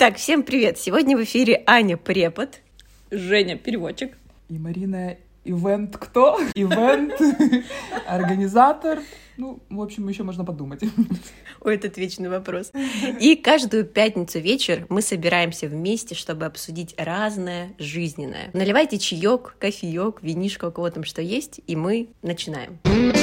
Итак, всем привет! Сегодня в эфире Аня Препод, Женя переводчик и Марина ивент кто? Ивент организатор. Ну, в общем, еще можно подумать. Ой, этот вечный вопрос. И каждую пятницу вечер мы собираемся вместе, чтобы обсудить разное жизненное. Наливайте чаек, кофеек, винишко, у кого там что есть, и мы начинаем.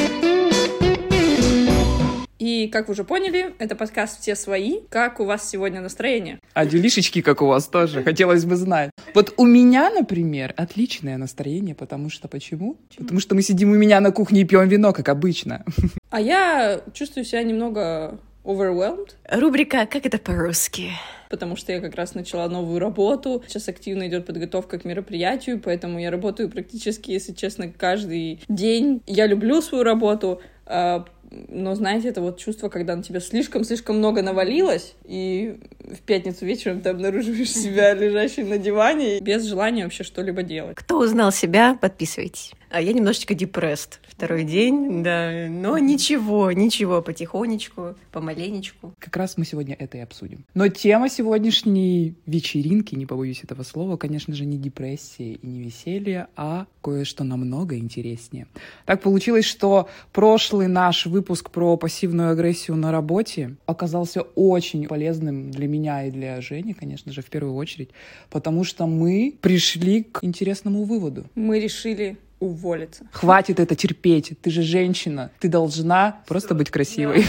И, как вы уже поняли, это подкаст «Все свои». Как у вас сегодня настроение? А делишечки, как у вас тоже, хотелось бы знать. Вот у меня, например, отличное настроение, потому что почему? Потому что мы сидим у меня на кухне и пьем вино, как обычно. А я чувствую себя немного overwhelmed. Рубрика «Как это по-русски?». Потому что я как раз начала новую работу. Сейчас активно идет подготовка к мероприятию, поэтому я работаю практически, если честно, каждый день. Я люблю свою работу, но, знаете, это вот чувство, когда на тебя слишком-слишком много навалилось, и в пятницу вечером ты обнаруживаешь себя лежащей на диване без желания вообще что-либо делать. Кто узнал себя, подписывайтесь. А я немножечко depressed. Второй день, да. Но ничего, потихонечку, помаленечку. Как раз мы сегодня это и обсудим. Но тема сегодняшней вечеринки, не побоюсь этого слова, конечно же, не депрессия и не веселье, а кое-что намного интереснее. Так получилось, что прошлый наш выпуск про пассивную агрессию на работе оказался очень полезным для меня и для Жени, конечно же, в первую очередь, потому что мы пришли к интересному выводу. Мы решили уволиться. Хватит это терпеть. Ты же женщина. Ты должна просто быть красивой.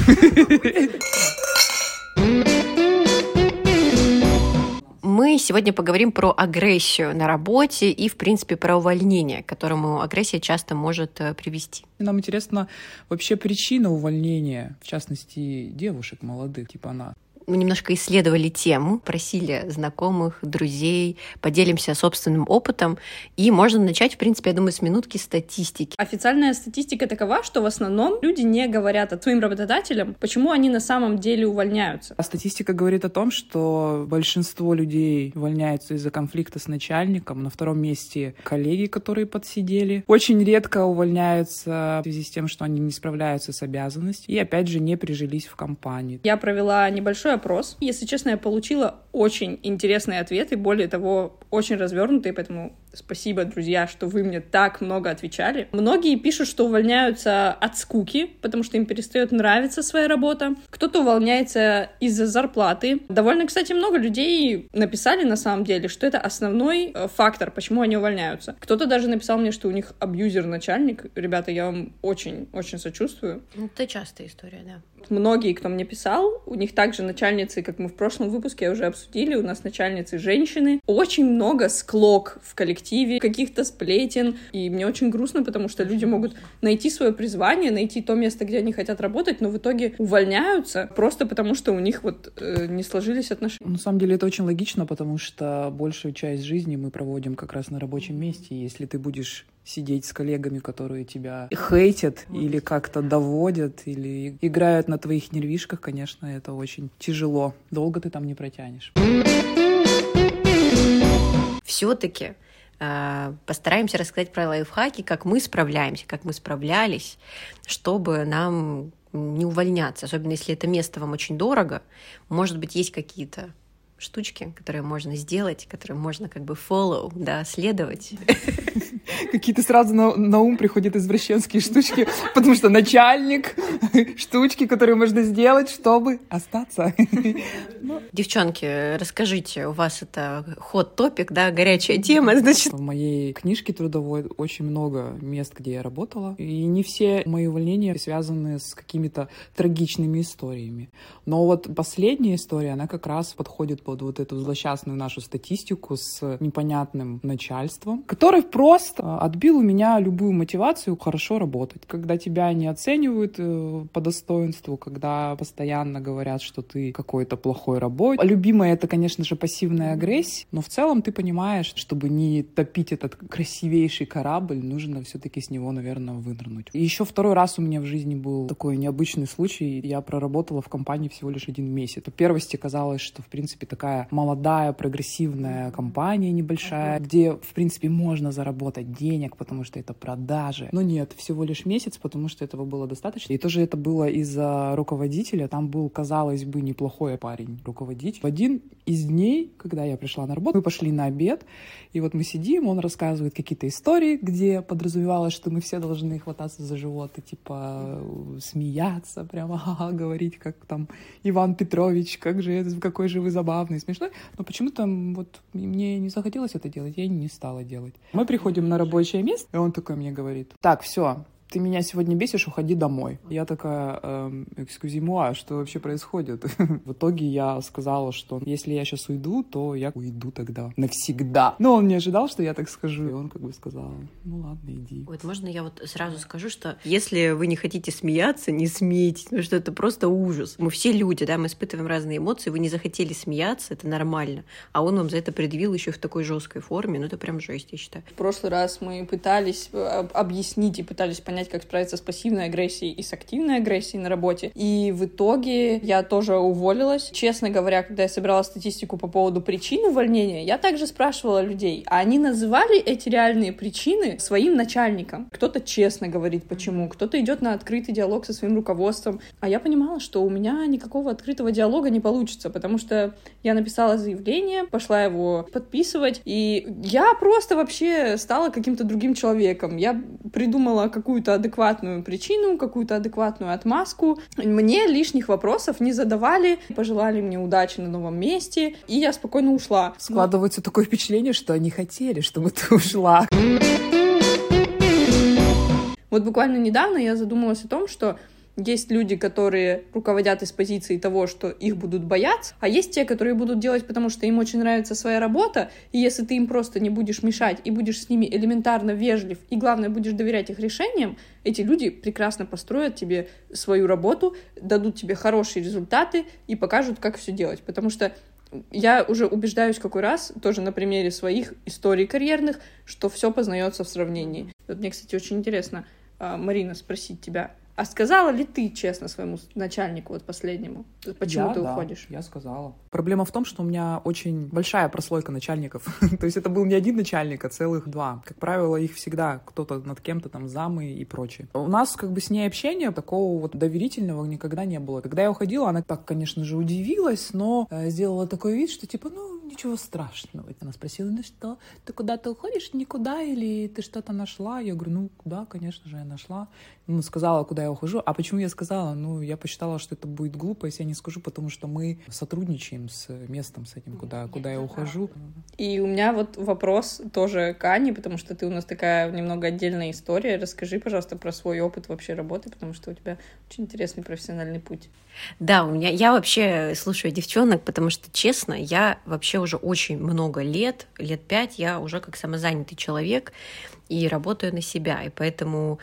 Мы сегодня поговорим про агрессию на работе и, в принципе, про увольнение, к которому агрессия часто может привести. Нам интересна вообще причина увольнения, в частности, девушек молодых, типа нас. Мы немножко исследовали тему, просили знакомых, друзей, поделимся собственным опытом, и можно начать, в принципе, я думаю, с минутки статистики. Официальная статистика такова, что в основном люди не говорят своим работодателям, почему они на самом деле увольняются. А статистика говорит о том, что большинство людей увольняются из-за конфликта с начальником, на втором месте коллеги, которые подсидели. Очень редко увольняются в связи с тем, что они не справляются с обязанностями и, опять же, не прижились в компании. Я провела небольшой опрос. Если честно, я получила очень интересные ответы, более того, очень развернутые, поэтому спасибо, друзья, что вы мне так много отвечали. Многие пишут, что увольняются от скуки, потому что им перестает нравиться своя работа. Кто-то увольняется из-за зарплаты. Довольно, кстати, много людей написали на самом деле, что это основной фактор, почему они увольняются. Кто-то даже написал мне, что у них абьюзер-начальник. Ребята, я вам очень-очень сочувствую. Это частая история, да. Многие, кто мне писал, у них также начальницы, как мы в прошлом выпуске уже обсудили, у нас начальницы женщины. Очень много склок в коллективе, каких-то сплетен. И мне очень грустно, потому что люди могут найти свое призвание, найти то место, где они хотят работать, но в итоге увольняются просто потому, что у них вот не сложились отношения. На самом деле это очень логично, потому что большую часть жизни мы проводим как раз на рабочем месте. Если ты будешь сидеть с коллегами, которые тебя хейтят или как-то доводят, или играют на твоих нервишках, конечно, это очень тяжело. Долго ты там не протянешь. Все-таки постараемся рассказать про лайфхаки, как мы справляемся, как мы справлялись, чтобы нам не увольняться. Особенно если это место вам очень дорого. Может быть, есть какие-то штучки, которые можно сделать, которые можно как бы follow, да, следовать. Какие-то сразу на ум приходят извращенские штучки, потому что начальник, штучки, которые можно сделать, чтобы остаться. Девчонки, расскажите, у вас это hot topic, да, горячая тема, значит. В моей книжке трудовой очень много мест, где я работала, и не все мои увольнения связаны с какими-то трагичными историями. Но вот последняя история, она как раз подходит под вот эту злосчастную нашу статистику с непонятным начальством, который просто отбил у меня любую мотивацию хорошо работать. Когда тебя не оценивают по достоинству, когда постоянно говорят, что ты какой-то плохой работник. Любимая — это, конечно же, пассивная агрессия, но в целом ты понимаешь, чтобы не топить этот красивейший корабль, нужно все-таки с него, наверное, вынырнуть. И еще второй раз у меня в жизни был такой необычный случай. Я проработала в компании всего лишь 1 месяц. По первости казалось, что, в принципе, такая молодая, прогрессивная компания небольшая, где, в принципе, можно заработать денег, потому что это продажи. Но нет, всего лишь месяц, потому что этого было достаточно. И тоже это было из-за руководителя. Там был, казалось бы, неплохой парень, руководить. В один из дней, когда я пришла на работу, мы пошли на обед, и вот мы сидим, он рассказывает какие-то истории, где подразумевалось, что мы все должны хвататься за живот и типа смеяться, прямо говорить, как там Иван Петрович, какой же вы забавный, смешной. Но почему-то вот мне не захотелось это делать, я не стала делать. Мы приходим на рабочее место, и он такой мне говорит: так, все, ты меня сегодня бесишь, уходи домой. Я такая: экскюзи-муа, что вообще происходит? В итоге я сказала, что если я сейчас уйду, то я уйду тогда навсегда. Но он не ожидал, что я так скажу. И он как бы сказал: ну ладно, иди. Вот можно я вот сразу скажу, что если вы не хотите смеяться, не смейтесь, потому что это просто ужас. Мы все люди, да, мы испытываем разные эмоции, вы не захотели смеяться, это нормально. А он вам за это предъявил еще в такой жесткой форме, ну это прям жесть, я считаю. В прошлый раз мы пытались объяснить и пытались понять, как справиться с пассивной агрессией и с активной агрессией на работе. И в итоге я тоже уволилась. Честно говоря, когда я собирала статистику по поводу причин увольнения, я также спрашивала людей, а они называли эти реальные причины своим начальникам. Кто-то честно говорит, почему, кто-то идет на открытый диалог со своим руководством. А я понимала, что у меня никакого открытого диалога не получится, потому что я написала заявление, пошла его подписывать, и я просто вообще стала каким-то другим человеком. Я придумала какую-то адекватную причину, какую-то адекватную отмазку. Мне лишних вопросов не задавали, пожелали мне удачи на новом месте, и я спокойно ушла. Складывается такое впечатление, что они хотели, чтобы ты ушла. Вот буквально недавно я задумалась о том, что есть люди, которые руководят из позиции того, что их будут бояться, а есть те, которые будут делать, потому что им очень нравится своя работа, и если ты им просто не будешь мешать и будешь с ними элементарно вежлив, и главное, будешь доверять их решениям, эти люди прекрасно построят тебе свою работу, дадут тебе хорошие результаты и покажут, как все делать. Потому что я уже убеждаюсь какой раз, тоже на примере своих историй карьерных, что все познается в сравнении. Вот мне, кстати, очень интересно, Марина, спросить тебя, а сказала ли ты честно своему начальнику, вот последнему, почему ты уходишь? Я сказала. Проблема в том, что у меня очень большая прослойка начальников. То есть это был не один начальник, а целых два. Как правило, их всегда кто-то над кем-то там замы и прочее. У нас как бы с ней общения такого вот доверительного никогда не было. Когда я уходила, она так, конечно же, удивилась, но сделала такой вид, что типа, ну, ничего страшного. Она спросила: ну что, ты куда-то уходишь? Никуда? Или ты что-то нашла? Я говорю: ну, да, конечно же, я нашла. Ну, сказала, куда я ухожу. А почему я сказала? Ну, я посчитала, что это будет глупо, если я не скажу, потому что мы сотрудничаем с местом, с этим, куда я ухожу. И у меня вот вопрос тоже к Ане, потому что ты у нас такая немного отдельная история. Расскажи, пожалуйста, про свой опыт вообще работы, потому что у тебя очень интересный профессиональный путь. Да, я вообще слушаю девчонок, потому что, честно, я вообще уже очень много лет 5, я уже как самозанятый человек и работаю на себя. И поэтому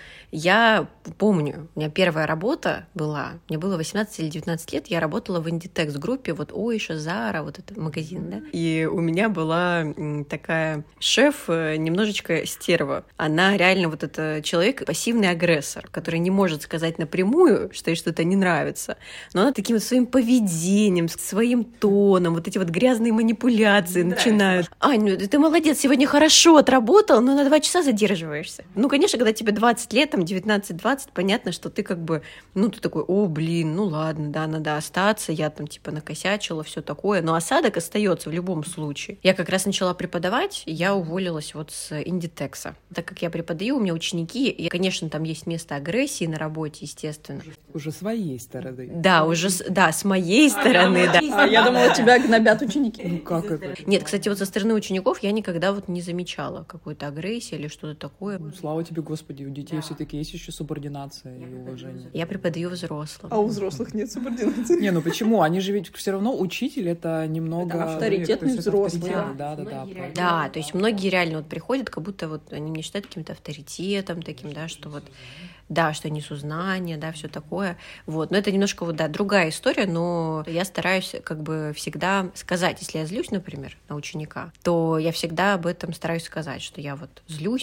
я помню, у меня первая работа была, мне было 18 или 19 лет, я работала в Inditex-группе, вот Ойша, Зара, вот этот магазин, да. И у меня была такая шеф, немножечко стерва. Она реально вот это человек, пассивный агрессор, который не может сказать напрямую, что ей что-то не нравится, но она таким вот своим поведением, своим тоном, вот эти вот грязные манипуляции начинают. Ань, ну ты молодец, сегодня хорошо отработал, но на 2 часа задерживаешься. Ну, конечно, когда тебе 20 лет, там, 19-20, понятно, что ты как бы, ну, ты такой: о, блин, ну ладно, да, надо остаться, я там, типа, накосячила, все такое, но осадок остается в любом случае. Я как раз начала преподавать, и я уволилась вот с Inditex. Так как я преподаю, у меня ученики, и, конечно, там есть место агрессии на работе, естественно. Уже своей стороны. Да, уже, с моей стороны, да. Я думала, тебя гнобят ученики. Ну, как это? Нет, кстати, вот со стороны учеников я никогда вот не замечала какой-то агрессии или что-то такое. Ну, слава тебе, Господи, у детей все-таки есть еще субординация и уважение. Я преподаю взрослым. А у взрослых нет субординации. Не, ну почему? Они же ведь все равно учитель, это немного... Это авторитетный взрослый. Да. Да, то есть многие реально вот приходят, как будто вот они меня считают каким-то авторитетом таким, да, что вот, да, что они сознание, да, все такое. Вот, но это немножко вот, да, другая история, но я стараюсь как бы всегда сказать, если я злюсь, например, на ученика, то я всегда об этом стараюсь сказать, что я вот злюсь,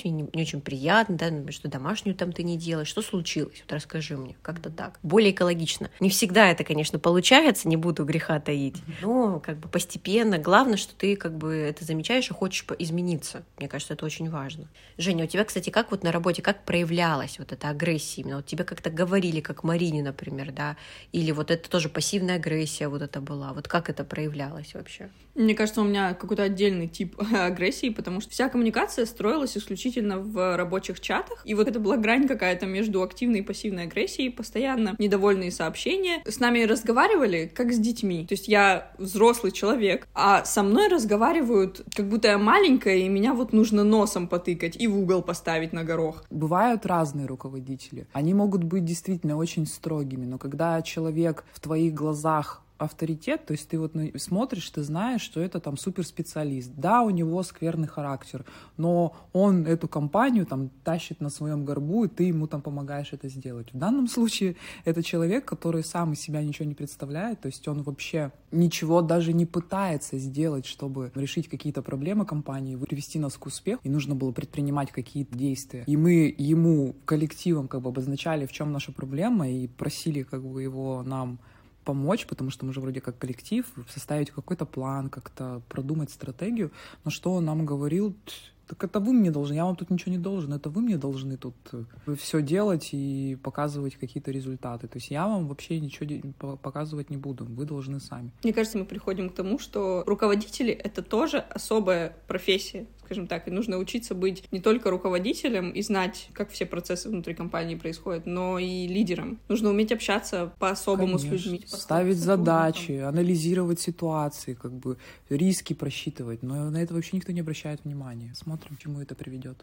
мне не очень приятно, да, например, что домашнюю там ты не делаешь, что случилось, вот расскажи мне, как-то так, более экологично. Не всегда это, конечно, получается, не буду греха таить, но как бы постепенно, главное, что ты как бы это замечаешь и хочешь измениться, мне кажется, это очень важно. Женя, у тебя, кстати, как вот на работе, как проявлялась вот эта агрессия именно, вот тебе как-то говорили, как Марине, например, да, или вот это тоже пассивная агрессия вот это была, вот как это проявлялось вообще? Мне кажется, у меня какой-то отдельный тип агрессии, потому что вся коммуникация строилась исключительно в рабочих чатах, и вот это была грань какая-то между активной и пассивной агрессией, постоянно недовольные сообщения. С нами разговаривали как с детьми, то есть я взрослый человек, а со мной разговаривают, как будто я маленькая, и меня вот нужно носом потыкать и в угол поставить на горох. Бывают разные руководители. Они могут быть действительно очень строгими, но когда человек в твоих глазах авторитет, то есть ты вот смотришь, ты знаешь, что это там суперспециалист. Да, у него скверный характер, но он эту компанию там тащит на своем горбу, и ты ему там помогаешь это сделать. В данном случае это человек, который сам из себя ничего не представляет, то есть он вообще ничего даже не пытается сделать, чтобы решить какие-то проблемы компании, привести нас к успеху, и нужно было предпринимать какие-то действия. И мы ему, коллективом, как бы обозначали, в чем наша проблема, и просили как бы его нам помочь, потому что мы же вроде как коллектив, составить какой-то план, как-то продумать стратегию. Но что он нам говорил? Так это вы мне должны, я вам тут ничего не должен, это вы мне должны тут все делать и показывать какие-то результаты. То есть я вам вообще ничего показывать не буду, вы должны сами. Мне кажется, мы приходим к тому, что руководители — это тоже особая профессия, скажем так, и нужно учиться быть не только руководителем и знать, как все процессы внутри компании происходят, но и лидером. Нужно уметь общаться по-особому с людьми. Ставить задачи, анализировать ситуации, как бы риски просчитывать, но на это вообще никто не обращает внимания. Смотрим, к чему это приведет.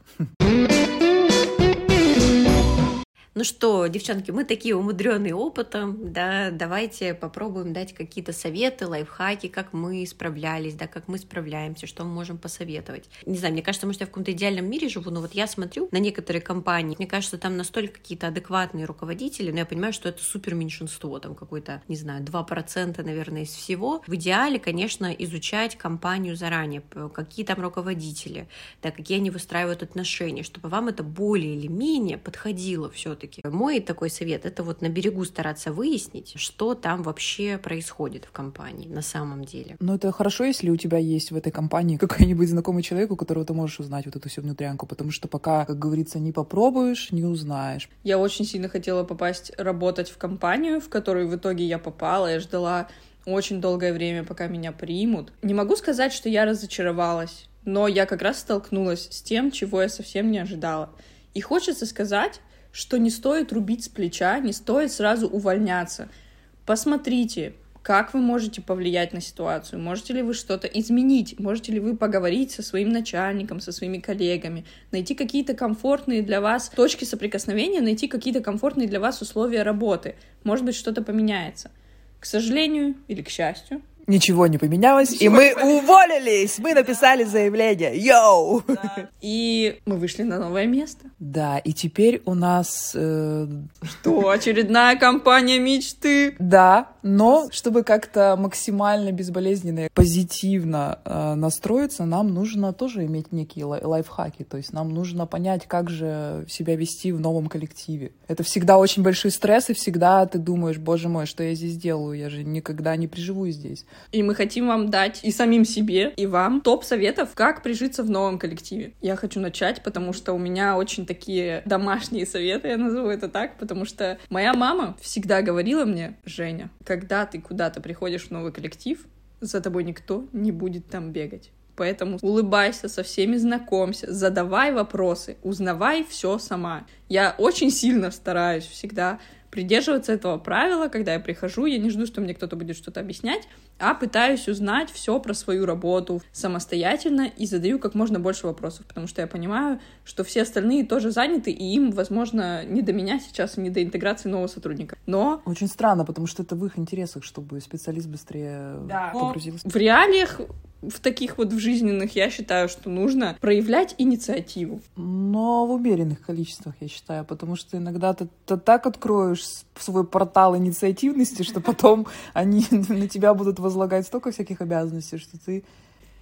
Ну что, девчонки, мы такие умудренные опытом, да, давайте попробуем дать какие-то советы, лайфхаки, как мы справлялись, да, как мы справляемся, что мы можем посоветовать. Не знаю, мне кажется, может, я в каком-то идеальном мире живу, но вот я смотрю на некоторые компании, мне кажется, там настолько какие-то адекватные руководители, но я понимаю, что это супер меньшинство, там какой-то, не знаю, 2%, наверное, из всего. В идеале, конечно, изучать компанию заранее, какие там руководители, да, какие они выстраивают отношения, чтобы вам это более или менее подходило все-таки. Мой такой совет — это вот на берегу стараться выяснить, что там вообще происходит в компании на самом деле. Но это хорошо, если у тебя есть в этой компании какой-нибудь знакомый человек, у которого ты можешь узнать вот эту всю внутрянку, потому что пока, как говорится, не попробуешь, не узнаешь. Я очень сильно хотела попасть работать в компанию, в которую в итоге я попала. Я ждала очень долгое время, пока меня примут. Не могу сказать, что я разочаровалась, но я как раз столкнулась с тем, чего я совсем не ожидала. И хочется сказать, что не стоит рубить с плеча, не стоит сразу увольняться. Посмотрите, как вы можете повлиять на ситуацию, можете ли вы что-то изменить, можете ли вы поговорить со своим начальником, со своими коллегами, найти какие-то комфортные для вас точки соприкосновения, найти какие-то комфортные для вас условия работы. Может быть, что-то поменяется. К сожалению или к счастью, Ничего не поменялось, и мы уволились! Мы написали заявление. Йоу! Да. И мы вышли на новое место. Да, и теперь у нас... Что, очередная компания мечты? Да, но чтобы как-то максимально безболезненно, позитивно настроиться, нам нужно тоже иметь некие лайфхаки. То есть нам нужно понять, как же себя вести в новом коллективе. Это всегда очень большой стресс, и всегда ты думаешь, боже мой, что я здесь делаю? Я же никогда не приживусь здесь. И мы хотим вам дать и самим себе, и вам топ-советов, как прижиться в новом коллективе. Я хочу начать, потому что у меня очень такие домашние советы, я назову это так, потому что моя мама всегда говорила мне: Женя, когда ты куда-то приходишь в новый коллектив, за тобой никто не будет там бегать. Поэтому улыбайся, со всеми знакомься, задавай вопросы, узнавай все сама. Я очень сильно стараюсь всегда придерживаться этого правила. Когда я прихожу, я не жду, что мне кто-то будет что-то объяснять, а пытаюсь узнать все про свою работу самостоятельно и задаю как можно больше вопросов, потому что я понимаю, что все остальные тоже заняты, и им, возможно, не до меня сейчас, и не до интеграции нового сотрудника. Но... Очень странно, потому что это в их интересах, чтобы специалист быстрее погрузился. В реалиях, в таких вот в жизненных, я считаю, что нужно проявлять инициативу. Но в умеренных количествах, я считаю, потому что иногда ты так откроешь свой портал инициативности, что потом они на тебя будут возлагать столько всяких обязанностей, что ты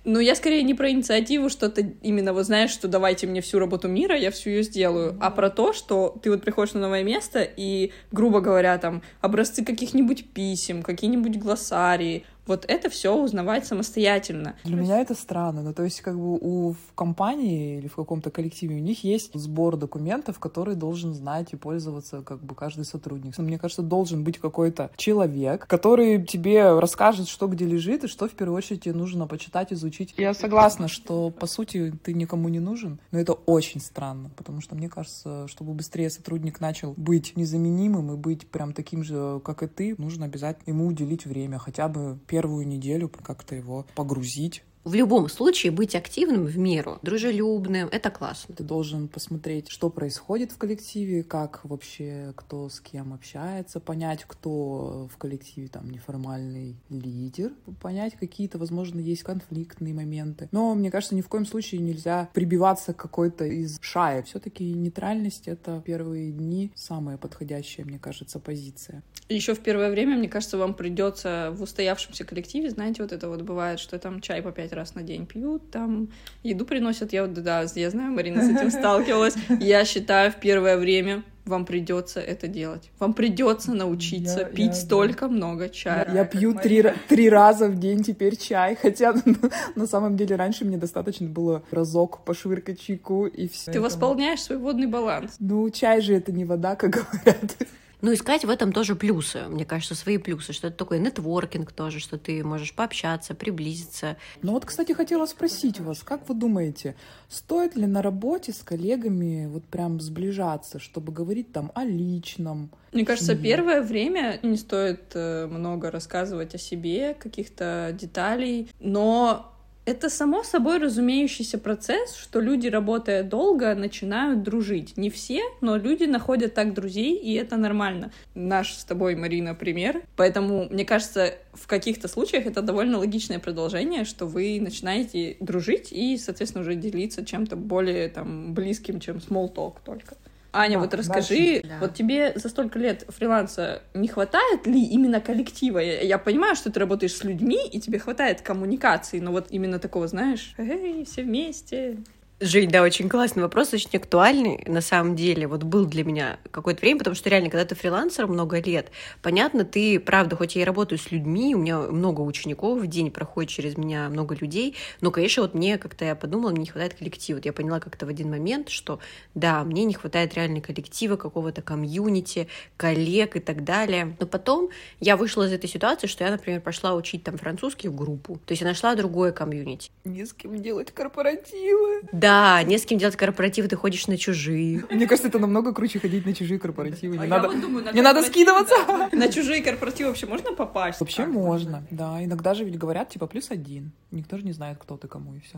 Ну, я скорее не про инициативу, что ты именно вот знаешь, что давайте мне всю работу мира, я всю ее сделаю, а про то, что ты вот приходишь на новое место и, грубо говоря, там, образцы каких-нибудь писем, какие-нибудь глоссарии, вот это все узнавать самостоятельно. Для меня это странно. Ну, то есть, как бы в компании или в каком-то коллективе у них есть сбор документов, который должен знать и пользоваться как бы каждый сотрудник. Мне кажется, должен быть какой-то человек, который тебе расскажет, что где лежит и что в первую очередь тебе нужно почитать, изучить. Я согласна, что по сути ты никому не нужен, но это очень странно, потому что мне кажется, чтобы быстрее сотрудник начал быть незаменимым и быть прям таким же, как и ты, нужно обязательно ему уделить время, хотя бы первую неделю как-то его погрузить. В любом случае быть активным в меру, дружелюбным, это классно. Ты должен посмотреть, что происходит в коллективе, как вообще кто с кем общается, понять, кто в коллективе там неформальный лидер, понять какие-то, возможно, есть конфликтные моменты. Но, мне кажется, ни в коем случае нельзя прибиваться к какой-то из шаек. Все-таки нейтральность — это первые дни самая подходящая, мне кажется, позиция. Еще в первое время, мне кажется, вам придется в устоявшемся коллективе, знаете, вот это вот бывает, что там чай по 5 раз на день пьют, там еду приносят. Я знаю, Марина с этим сталкивалась. Я считаю, в первое время вам придется это делать. Вам придется научиться пить столько много чая. Я пью 3 раза в день теперь чай, хотя на самом деле раньше мне достаточно было разок пошвыркать чайку и все. Ты восполняешь свой водный баланс. Ну, чай же это не вода, как говорят. Ну, искать в этом тоже плюсы, мне кажется, свои плюсы, что это такой нетворкинг тоже, что ты можешь пообщаться, приблизиться. Ну вот, кстати, хотела спросить у вас, как вы думаете, стоит ли на работе с коллегами вот прям сближаться, чтобы говорить там о личном? Мне кажется, первое время не стоит много рассказывать о себе, каких-то деталей, но это само собой разумеющийся процесс, что люди, работая долго, начинают дружить. Не все, но люди находят так друзей, и это нормально. Наш с тобой, Марина, пример. Поэтому, мне кажется, в каких-то случаях это довольно логичное продолжение, что вы начинаете дружить и, соответственно, уже делиться чем-то более там близким, чем small talk только. Аня, вот расскажи, вот тебе за столько лет фриланса не хватает ли именно коллектива? Я понимаю, что ты работаешь с людьми, и тебе хватает коммуникации, но вот именно такого, знаешь, все вместе. Жень, да, очень классный вопрос, очень актуальный, на самом деле, вот был для меня какое-то время, потому что реально, когда ты фрилансер много лет, понятно, ты, правда, хоть я и работаю с людьми, у меня много учеников, в день проходит через меня много людей, но, конечно, вот мне, как-то я подумала, мне не хватает коллектива. Вот я поняла как-то в один момент, что, да, мне не хватает реально коллектива, какого-то комьюнити, коллег и так далее. Но потом я вышла из этой ситуации, что я, например, пошла учить там французский в группу, то есть я нашла другое комьюнити. Не с кем делать корпоративы. Да, не с кем делать корпоративы, ты ходишь на чужие. Мне кажется, это намного круче ходить на чужие корпоративы. Не Не надо скидываться. На чужие корпоративы вообще можно попасть? Вообще можно, да. Иногда же ведь говорят, типа, +1. Никто же не знает, кто ты кому, и все.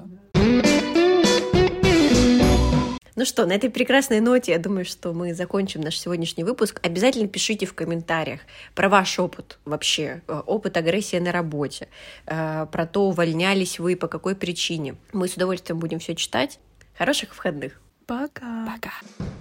Ну что, на этой прекрасной ноте, я думаю, что мы закончим наш сегодняшний выпуск. Обязательно пишите в комментариях про ваш опыт вообще, опыт агрессии на работе, про то, увольнялись вы, по какой причине. Мы с удовольствием будем все читать. Хороших выходных. Пока. Пока.